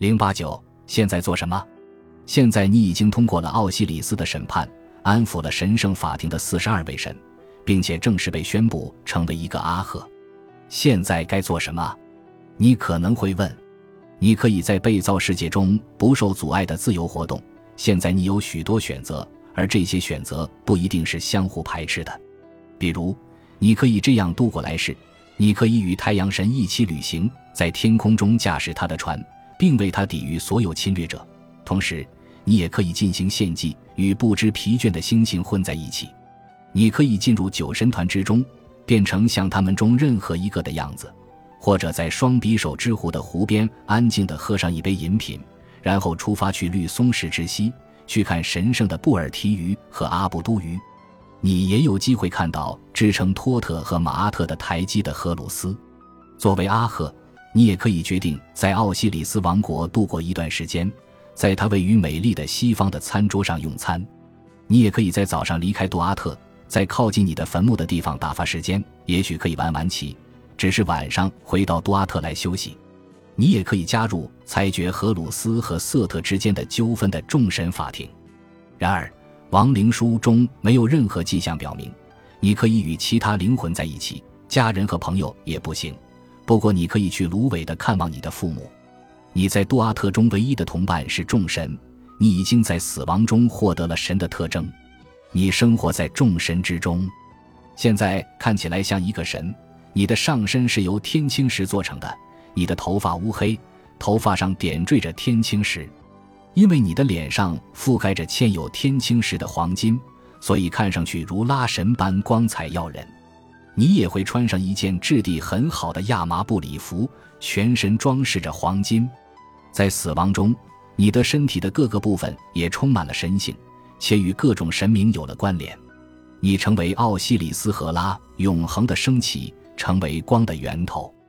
089现在做什么？现在你已经通过了奥西里斯的审判，安抚了神圣法庭的42位神，并且正式被宣布成为一个阿赫。现在该做什么？你可能会问。你可以在被造世界中不受阻碍的自由活动，现在你有许多选择，而这些选择不一定是相互排斥的。比如，你可以这样度过来世，你可以与太阳神一起旅行，在天空中驾驶他的船，并为他抵御所有侵略者。同时，你也可以进行献祭，与不知疲倦的星星混在一起。你可以进入九神团之中，变成像他们中任何一个的样子，或者在双匕首之湖的湖边安静地喝上一杯饮品，然后出发去绿松石之溪，去看神圣的布尔提鱼和阿布都鱼。你也有机会看到支撑托特和马阿特的台基的荷鲁斯。作为阿赫，你也可以决定在奥西里斯王国度过一段时间，在他位于美丽的西方的餐桌上用餐。你也可以在早上离开杜阿特，在靠近你的坟墓的地方打发时间，也许可以玩棋，只是晚上回到杜阿特来休息。你也可以加入裁决荷鲁斯和瑟特之间的纠纷的众神法庭。然而，亡灵书中没有任何迹象表明你可以与其他灵魂在一起，家人和朋友也不行。不过你可以去芦苇地看望你的父母。你在杜阿特中唯一的同伴是众神，你已经在死亡中获得了神的特征。你生活在众神之中，现在看起来像一个神。你的上身是由天青石做成的，你的头发乌黑，头发上点缀着天青石。因为你的脸上覆盖着嵌有天青石的黄金，所以看上去如拉神般光彩耀人。你也会穿上一件质地很好的亚麻布礼服，全身装饰着黄金。在死亡中，你的身体的各个部分也充满了神性，且与各种神明有了关联。你成为奥西里斯和拉，永恒的升起，成为光的源头。